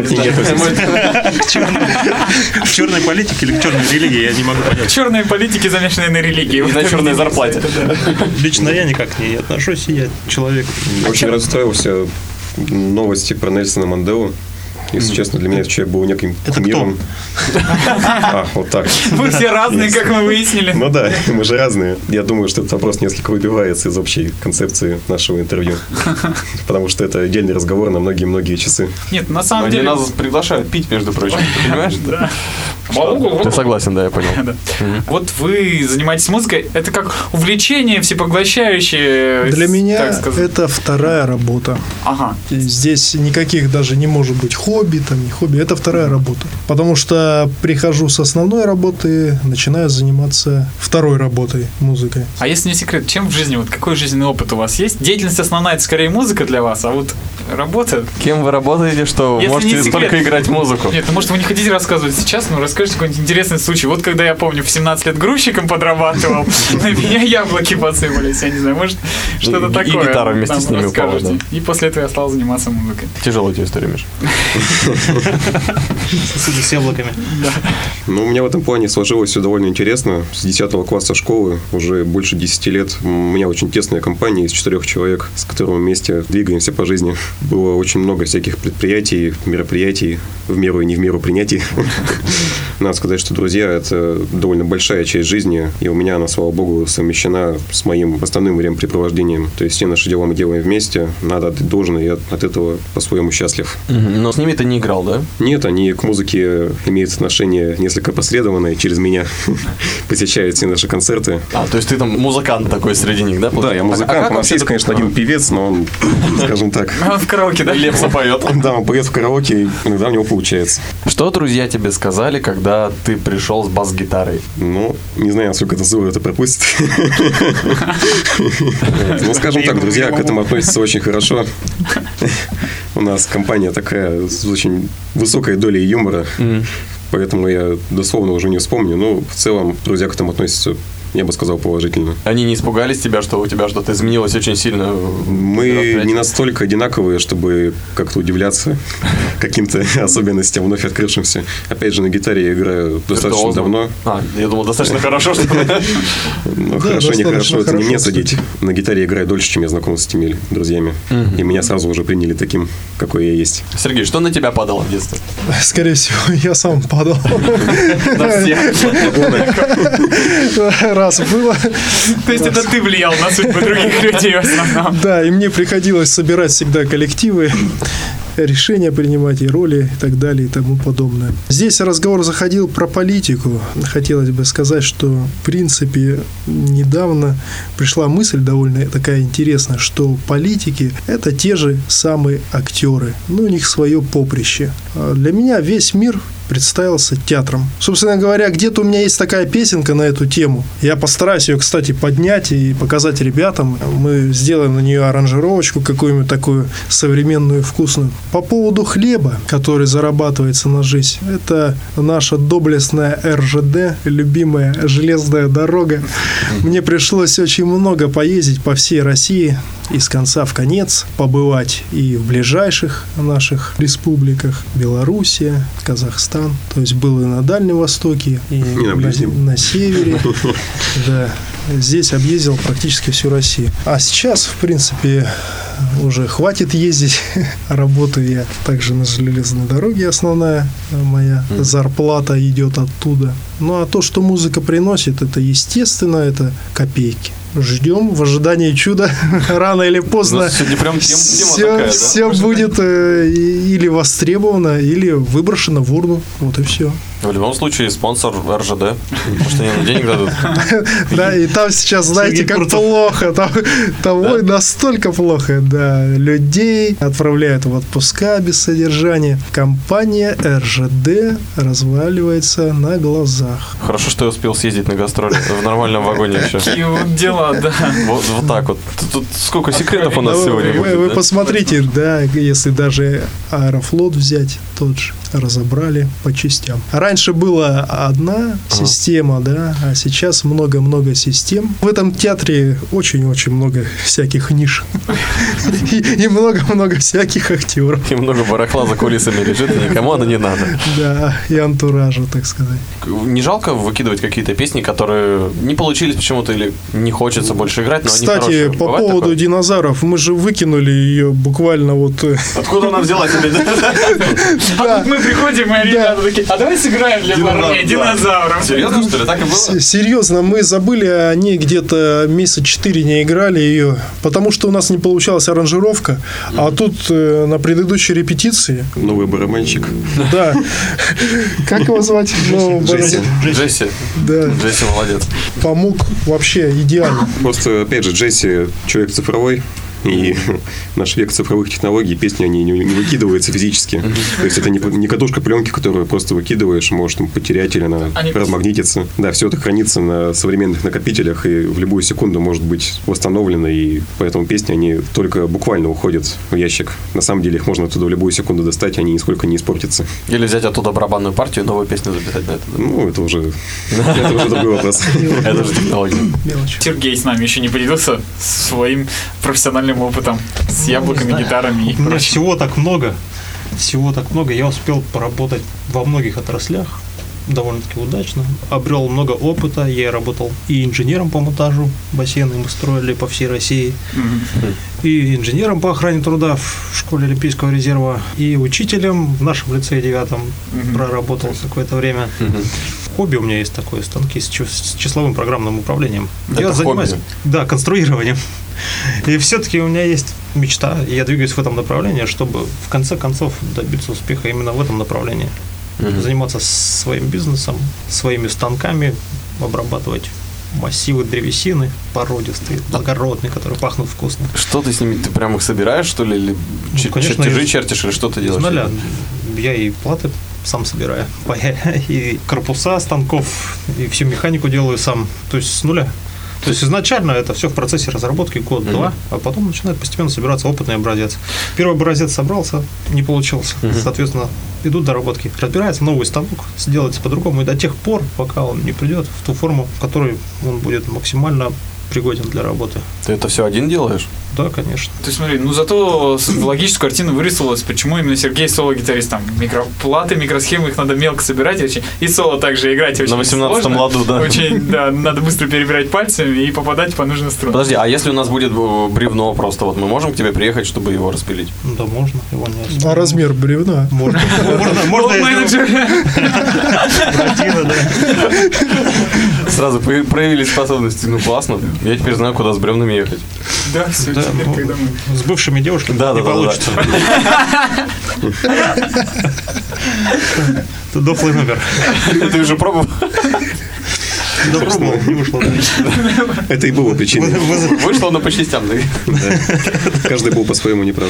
К черной политике или к черной религии, я не могу понять. К черной политике, замешанной на религии. И на черной зарплате. Лично я никак не отношусь, я человек. Очень расстроился новости про Нельсона Манделу. Если честно, для меня этот человек был неким кумиром. Вот так. Мы все разные, как мы выяснили. Ну да, мы же разные. Я думаю, что этот вопрос несколько выбивается из общей концепции нашего интервью. Потому что это отдельный разговор на многие-многие часы. Нет, на самом деле... Нас приглашают пить, между прочим. Ты понимаешь? Да. Ты согласен, да, я понял. Вот вы занимаетесь музыкой. Это как увлечение всепоглощающее. Для меня это вторая работа. Ага. Здесь никаких даже не может быть хобби, там не хобби. Это вторая работа. Потому что прихожу с основной работы, начинаю заниматься второй работой, музыкой. А если не секрет, чем в жизни, вот какой жизненный опыт у вас есть? Деятельность основная, это скорее музыка для вас, а вот работа... Кем вы работаете, что если можете только играть музыку? Нет, ну может вы не хотите рассказывать сейчас, но расскажите какой-нибудь интересный случай. Вот когда я помню, в 17 лет грузчиком подрабатывал, на меня яблоки посыпались, я не знаю, может что-то такое. И гитара вместе с ними упала, да. И после этого я стал заниматься музыкой. Тяжелая у тебя история, Миша. Сосуды с яблоками. Ну, у меня в этом плане сложилось все довольно интересно. С 10 класса школы уже больше 10 лет. У меня очень тесная компания из 4 человек, с которыми вместе двигаемся по жизни. Было очень много всяких предприятий, мероприятий, в меру и не в меру принятий. Надо сказать, что друзья – это довольно большая часть жизни, и у меня она, слава богу, совмещена с моим основным времяпрепровождением. То есть все наши дела мы делаем вместе, надо отдать должное, и я от этого по-своему счастлив. Но с ними ты не играл, да? Нет, они к музыке имеют отношение несколько посредованное через меня, посещают все наши концерты. То есть ты там музыкант такой среди них, да? Да, я музыкант. У нас есть, конечно, один певец, но он, скажем так... Он в караоке, да? Лепса поет. Да, он поет в караоке, и иногда у него получается. Что друзья тебе сказали, когда ты пришел с бас-гитарой? Ну, не знаю, насколько Тазура это пропустит. Ну, скажем так, друзья к этому относятся очень хорошо. У нас компания такая с очень высокой долей юмора, поэтому я дословно уже не вспомню. Но в целом друзья к этому относятся я бы сказал, положительно. Они не испугались тебя, что у тебя что-то изменилось очень сильно? Мы не настолько одинаковые, чтобы как-то удивляться каким-то особенностям вновь открывшимся. Опять же, на гитаре я играю достаточно давно. Я думал, достаточно хорошо, что... Ну, хорошо, нехорошо, это не мне судить. На гитаре я играю дольше, чем я знаком с этими друзьями. И меня сразу уже приняли таким, какой я есть. Сергей, что на тебя падало в детстве? Скорее всего, я сам падал. На всех. Раз было. То есть это ты влиял на судьбы других людей в основном? Да, и мне приходилось собирать всегда коллективы, решения принимать и роли и так далее и тому подобное. Здесь разговор заходил про политику. Хотелось бы сказать, что в принципе недавно пришла мысль довольно такая интересная, что политики – это те же самые актеры. Ну, у них свое поприще. Для меня весь мир представился театром. Собственно говоря, где-то у меня есть такая песенка на эту тему. Я постараюсь ее, кстати, поднять и показать ребятам. Мы сделаем на нее аранжировочку какую-нибудь такую современную, вкусную. По поводу хлеба, который зарабатывается на жизнь. Это наша доблестная РЖД, любимая железная дорога. Мне пришлось очень много поездить по всей России, из конца в конец, побывать и в ближайших наших республиках. Белоруссия, Казахстан. То есть был и на Дальнем Востоке, и на севере. Да. Здесь объездил практически всю Россию. А сейчас, в принципе, уже хватит ездить. Работаю я также на железной дороге. Основная моя зарплата идет оттуда. Ну, а то, что музыка приносит, это естественно, это копейки. Ждем в ожидании чуда. Рано или поздно все будет или востребовано, или выброшено в урну. Вот и все. В любом случае, спонсор РЖД. Потому что они денег дадут. Да, и там сейчас, знаете, как плохо. Там настолько плохо. Да, людей отправляют в отпуска без содержания. Компания РЖД разваливается на глазах. Хорошо, что я успел съездить на гастроли в нормальном вагоне еще. Такие вот дела, да. Вот так вот. Тут сколько секретов у нас сегодня будет. Вы посмотрите, да, если даже Аэрофлот взять, тот же разобрали по частям. Раньше была одна система, да, а сейчас много-много систем. В этом театре очень-очень много всяких ниш. И много-много всяких актеров. И много барахла за кулисами лежит, и никому оно не надо. Да, и антуража, так сказать. Не жалко выкидывать какие-то песни, которые не получились почему-то или не хочется больше играть, но кстати, они хорошие? Кстати, по поводу динозавров, мы же выкинули ее буквально вот... Откуда она взяла себе? А тут мы приходим, и ребята такие, а давай сыграем для парней динозавров. Серьезно, что ли? Так и было? Серьезно, мы забыли о ней где-то месяца 4 не играли ее, потому что у нас не получалась аранжировка, а тут на предыдущей репетиции... Новый барабанщик. Да. Как его звать? Джесси. Да. Джесси молодец. Помог вообще идеально. Просто, опять же, Джесси человек цифровой. И наш век цифровых технологий, песни, они не выкидываются физически. То есть это не катушка пленки, которую просто выкидываешь, можешь там потерять или она размагнитится. Да, все это хранится на современных накопителях и в любую секунду может быть восстановлено. И поэтому песни, они только буквально уходят в ящик. На самом деле их можно оттуда в любую секунду достать, они нисколько не испортятся. Или взять оттуда барабанную партию и новую песню записать на это. Ну, это уже другой вопрос. Это же технология. Сергей с нами еще не поделился своим профессиональным опытом с яблоками, гитарами и прочим. Всего так много. Я успел поработать во многих отраслях довольно-таки удачно. Обрел много опыта. Я работал и инженером по монтажу бассейна, мы строили по всей России, и инженером по охране труда в школе Олимпийского резерва, и учителем в нашем лицее 9 проработал какое-то время. Хобби у меня есть такое, станки с числовым программным управлением. Я занимаюсь конструированием. И все-таки у меня есть мечта, и я двигаюсь в этом направлении, чтобы в конце концов добиться успеха именно в этом направлении. Заниматься своим бизнесом, своими станками, обрабатывать массивы древесины породистые, благородные, которые пахнут вкусно. Что ты с ними? Ты прям их собираешь, что ли? Или чертежи чертишь, или что ты делаешь? С нуля. Я и платы сам собираю, и корпуса станков, и всю механику делаю сам. То есть с нуля. То есть изначально это все в процессе разработки год-два, а потом начинает постепенно собираться опытный образец. Первый образец собрался, не получился. Соответственно, идут доработки. Разбирается новый станок, сделается по-другому, и до тех пор, пока он не придет в ту форму, в которой он будет максимально пригоден для работы. Ты это все один делаешь? Да, конечно. То есть, смотри, зато логическую картину вырисовалась, почему именно Сергей соло-гитарист. Там платы, микросхемы, их надо мелко собирать и соло также играть очень сложно. На 18-м ладу, да. Очень, да, надо быстро перебирать пальцами и попадать по нужным струнам. Подожди, а если у нас будет бревно просто, вот мы можем к тебе приехать, чтобы его распилить? Да, можно, его не А размер бревна? Можно. Сразу проявили способности. Ну, классно. Я теперь знаю, куда с бревнами ехать. Да, все. С бывшими девушками не получится. Это дохлый номер. Ты уже пробовал? Да, пробовал, не вышло. Это и было причиной. Вышло, но по частям. Каждый был по-своему неправ.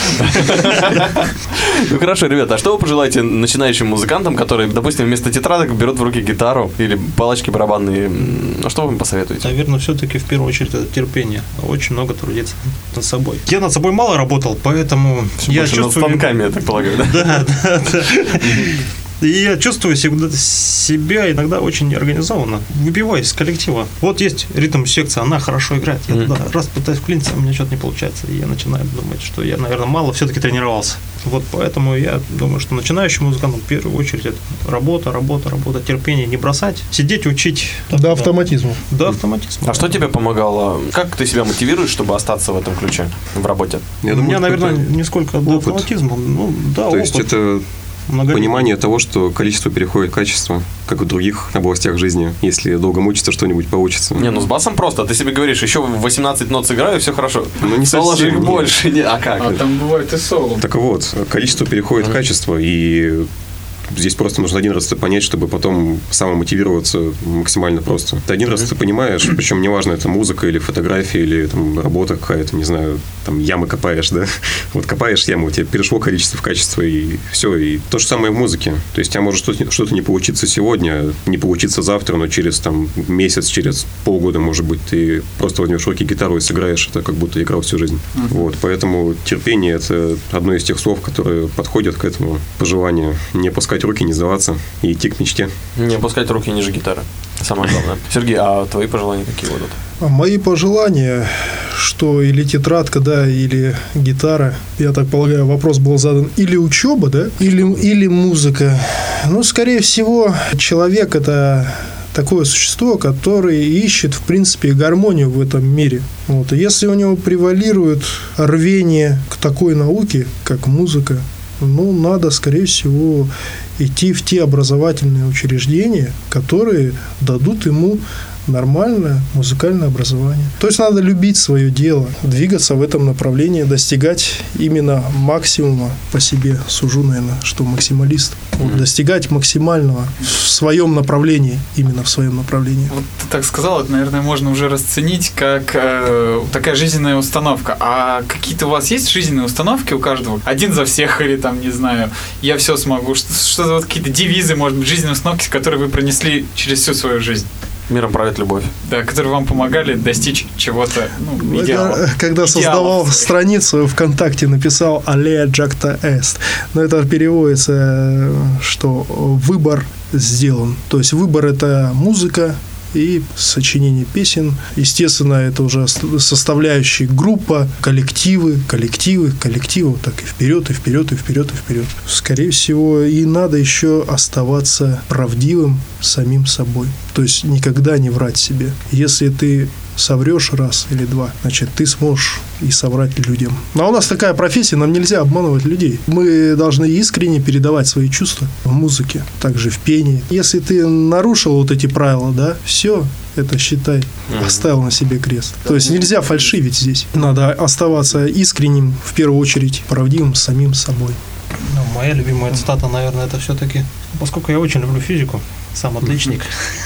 Ну хорошо, ребята, а что вы пожелаете начинающим музыкантам, которые, допустим, вместо тетрадок берут в руки гитару или палочки барабанные? А что вы им посоветуете? Наверное, все-таки в первую очередь это терпение. Очень много трудиться над собой. Я над собой мало работал, поэтому я чувствую... Над станками, я так полагаю, да? Да. И я чувствую себя иногда очень неорганизованно. Выбиваюсь из коллектива. Вот есть ритм-секция, она хорошо играет. Я туда раз пытаюсь вклиниться, у меня что-то не получается. И я начинаю думать, что я, наверное, мало все-таки тренировался. Вот поэтому я думаю, что начинающим музыкантам в первую очередь это работа, терпение, не бросать, сидеть, учить. До автоматизма. До автоматизма. А что тебе помогало? Как ты себя мотивируешь, чтобы остаться в этом ключе, в работе? У меня, наверное, не сколько до автоматизма. Ну, да, опыт. То есть это... Понимание того, что количество переходит в качество, как в других областях жизни. Если долго мучиться, что-нибудь получится. Не, ну с басом просто. Ты себе говоришь, еще 18 нот сыграю, все хорошо. Ну не соло же их больше. А как? А там бывает и соло. Так вот, количество переходит в качество, и здесь просто нужно один раз это понять, чтобы потом самомотивироваться максимально просто. Ты один раз это понимаешь, причем неважно, это музыка или фотография, или там работа какая-то, не знаю, там ямы копаешь, да? Вот копаешь яму, у тебя перешло количество в качество, и все. И то же самое в музыке. То есть у тебя может что-то не получиться сегодня, не получиться завтра, но через там месяц, через полгода, может быть, ты просто возьмешь в руки гитару и сыграешь это, как будто играл всю жизнь. Вот, поэтому терпение – это одно из тех слов, которые подходят к этому пожеланию. Не опускать руки, не сдаваться и идти к мечте. Не опускать руки ниже гитары. Самое главное. Сергей, а твои пожелания какие будут? Мои пожелания, что или тетрадка, да, или гитара. Я так полагаю, вопрос был задан или учеба, да, или музыка. Ну, скорее всего, человек – это такое существо, которое ищет, в принципе, гармонию в этом мире. Вот. И если у него превалирует рвение к такой науке, как музыка, ну, надо, скорее всего, идти в те образовательные учреждения, которые дадут ему нормальное музыкальное образование. То есть надо любить свое дело, двигаться в этом направлении, достигать именно максимума по себе. Сужу, наверное, что максималист. Достигать максимального в своем направлении, именно в своем направлении. Вот ты так сказал, это, наверное, можно уже расценить как такая жизненная установка. А какие-то у вас есть жизненные установки у каждого? Один за всех или там, не знаю, я все смогу. Что-то вот какие-то девизы, может быть, жизненные установки, которые вы пронесли через всю свою жизнь. Миром правит любовь. Да, которые вам помогали достичь чего-то, идеала. Когда создавал страницу ВКонтакте, написал «Аллея Джакта Эст». Но это переводится, что выбор сделан. То есть выбор – это музыка и сочинение песен. Естественно, это уже составляющая группа, коллективы, вот так и вперед, и вперед, и вперед, и вперед. Скорее всего, и надо еще оставаться правдивым самим собой. То есть никогда не врать себе. Если ты соврешь раз или два, значит, ты сможешь и соврать людям. А у нас такая профессия, нам нельзя обманывать людей. Мы должны искренне передавать свои чувства в музыке, также в пении. Если ты нарушил вот эти правила, да, все, это, считай, оставил на себе крест. То есть нельзя фальшивить здесь. Надо оставаться искренним, в первую очередь, правдивым самим собой. Ну, моя любимая цитата, наверное, это все-таки, поскольку я очень люблю физику, сам отличник,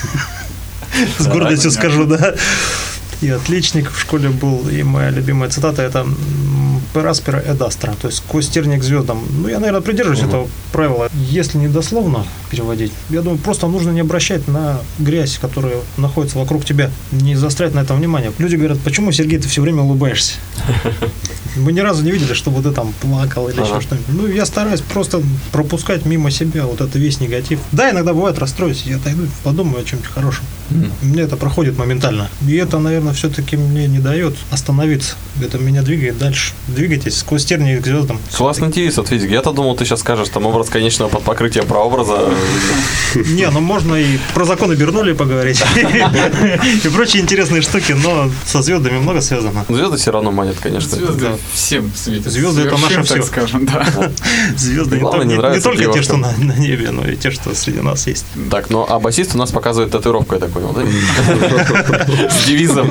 с гордостью скажу, да, и отличник в школе был, и моя любимая цитата – это «per aspera ad astra», то есть «сквозь тернии к звездам». Ну, я, наверное, придерживаюсь этого правила. Если не дословно переводить. Я думаю, просто нужно не обращать на грязь, которая находится вокруг тебя, не заострять на это внимание. Люди говорят, почему, Сергей, ты все время улыбаешься? Мы ни разу не видели, чтобы ты там плакал или еще что-нибудь. Ну, я стараюсь просто пропускать мимо себя вот это весь негатив. Да, иногда бывает расстроюсь, я отойду, подумаю о чем-нибудь хорошем. Мне это проходит моментально. И это, наверное, все-таки мне не дает остановиться. Это меня двигает дальше. Двигайтесь сквозь тернии к звездам. Классный девиз от физики. Я-то думал, ты сейчас скажешь, там образ конечного под покрытием прообраза. Не, ну можно и про законы Бернулли поговорить. И прочие интересные штуки, но со звездами много связано. Звезды все равно манят, конечно. Звезды всем светят. Звезды — это наше все. Скажем, да. Звезды не только те, что на небе, но и те, что среди нас есть. Так, ну а басист у нас показывает татуировку, я так понял, да? С девизом.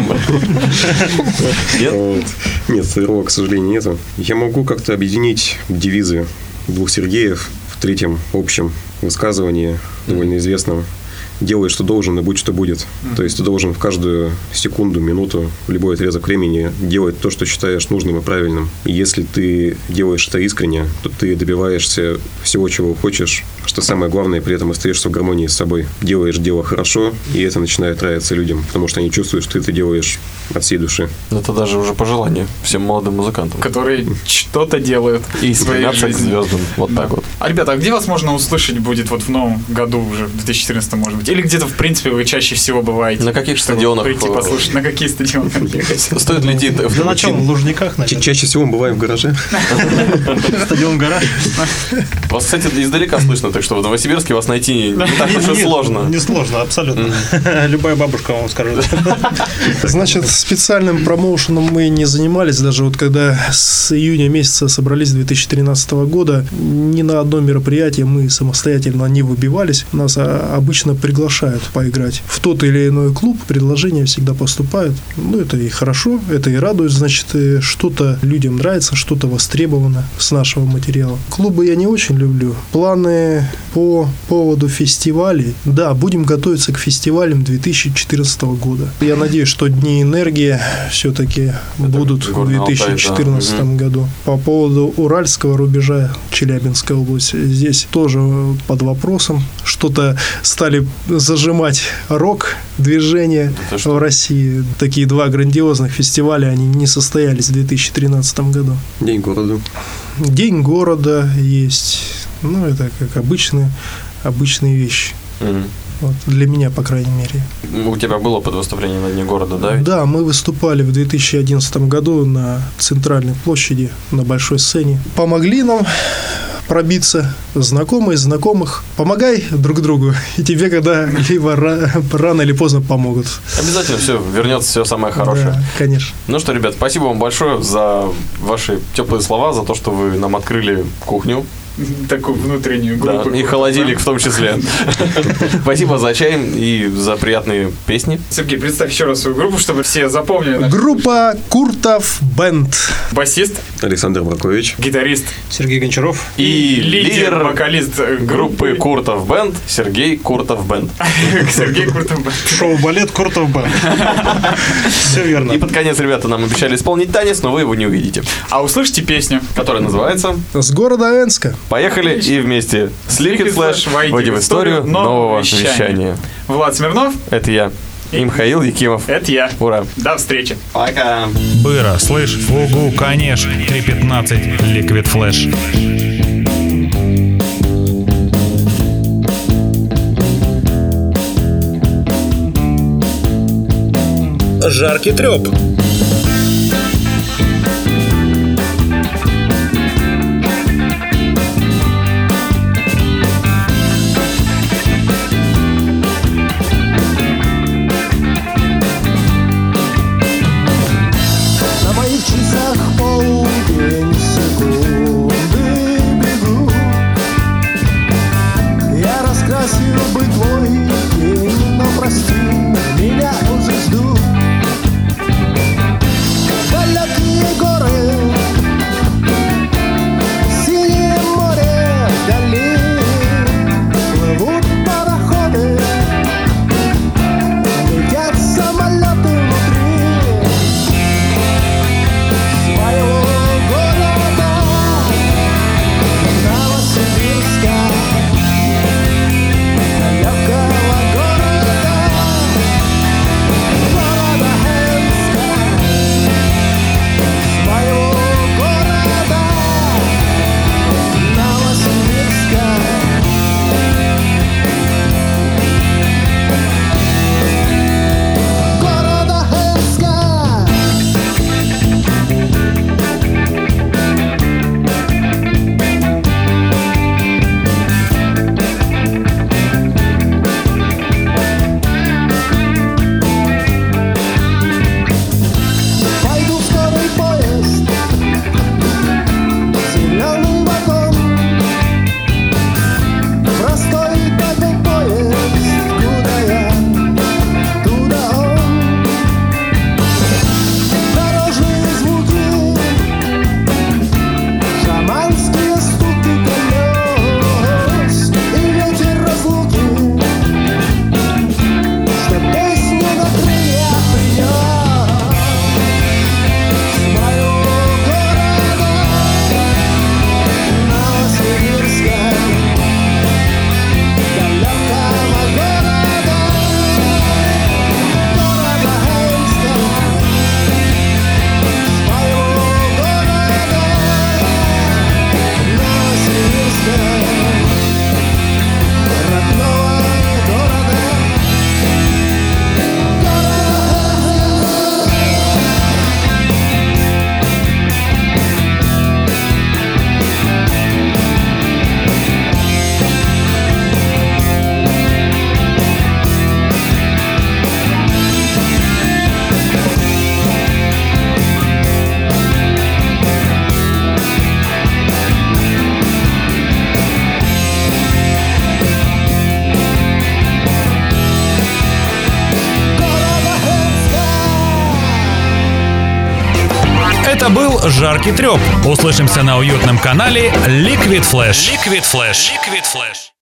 Нет? Нет, татуировок, к сожалению, нету. Я могу как-то объединить девизы двух Сергеев в третьем общем высказывании, довольно известном. Делай, что должен, и будь, что будет. То есть ты должен в каждую секунду, минуту, в любой отрезок времени делать то, что считаешь нужным и правильным. И если ты делаешь это искренне, то ты добиваешься всего, чего хочешь, что самое главное, при этом остаешься в гармонии с собой. Делаешь дело хорошо, и это начинает нравиться людям, потому что они чувствуют, что ты это делаешь от всей души. Это даже уже пожелание всем молодым музыкантам. Которые что-то делают и стремятся к звездам. Вот так вот. А, ребята, а где вас можно услышать будет вот в новом году уже, в 2014, может быть? Или где-то, в принципе, вы чаще всего бываете? На каких стадионах? Прийти послушать. На какие стадионы ехать? Стоит ли идти? Для начала в Лужниках, наверное. Чаще всего мы бываем в гараже. Стадион «Гараж». Вас, кстати, издалека слышно, так что в Новосибирске вас найти не так уж и сложно. Не сложно, абсолютно. Любая бабушка вам скажет. Значит, специальным промоушеном мы не занимались. Даже вот когда с июня месяца собрались 2013 года, ни на одно мероприятие мы самостоятельно не выбивались. Нас обычно приглашают поиграть в тот или иной клуб. Предложения всегда поступают. Ну, это и хорошо, это и радует. Значит, что-то людям нравится, что-то востребовано с нашего материала. Клубы я не очень люблю. Планы по поводу фестивалей. Да, будем готовиться к фестивалям 2014 года. Я надеюсь, что Дни энергии все-таки будут в 2014 году. По поводу Уральского рубежа, Челябинская область, здесь тоже под вопросом. Что-то стали зажимать рок-движение в России. Такие два грандиозных фестиваля, они не состоялись в 2013 году. День города. День города есть. Ну, это как обычные вещи. Вот, для меня, по крайней мере. У тебя было под выступление на Дне города, да? Да, мы выступали в 2011 году на Центральной площади, на большой сцене. Помогли нам пробиться, знакомые, знакомых. Помогай друг другу, и тебе когда-либо рано или поздно помогут. Обязательно все вернется, все самое хорошее. Да, конечно. Ну что, ребят, спасибо вам большое за ваши теплые слова, за то, что вы нам открыли кухню. Такую внутреннюю группу. Да, и холодильник в том числе. Спасибо за чай и за приятные песни. Сергей, представь еще раз свою группу, чтобы все запомнили. Группа Куртов Бенд. Басист Александр Бракович. Гитарист Сергей Гончаров. И лидер вокалист группы Куртов Бенд Сергей Куртов Бенд. Сергей Куртов Бенд. Шоу-балет Куртов Бенд. Все верно. И под конец ребята нам обещали исполнить танец, но вы его не увидите. А услышите песню, которая называется «С города Энска». Поехали и вместе с Liquid Flash войдем в историю нового вещания. Влад Смирнов. Это я. И Михаил Якимов. Это я. Ура. До встречи. Пока. Быра, слышь? Угу, конечно. 3.15. Liquid Flash. Жаркий трёп. Это был «Жаркий треп». Услышимся на уютном канале Liquid Flash.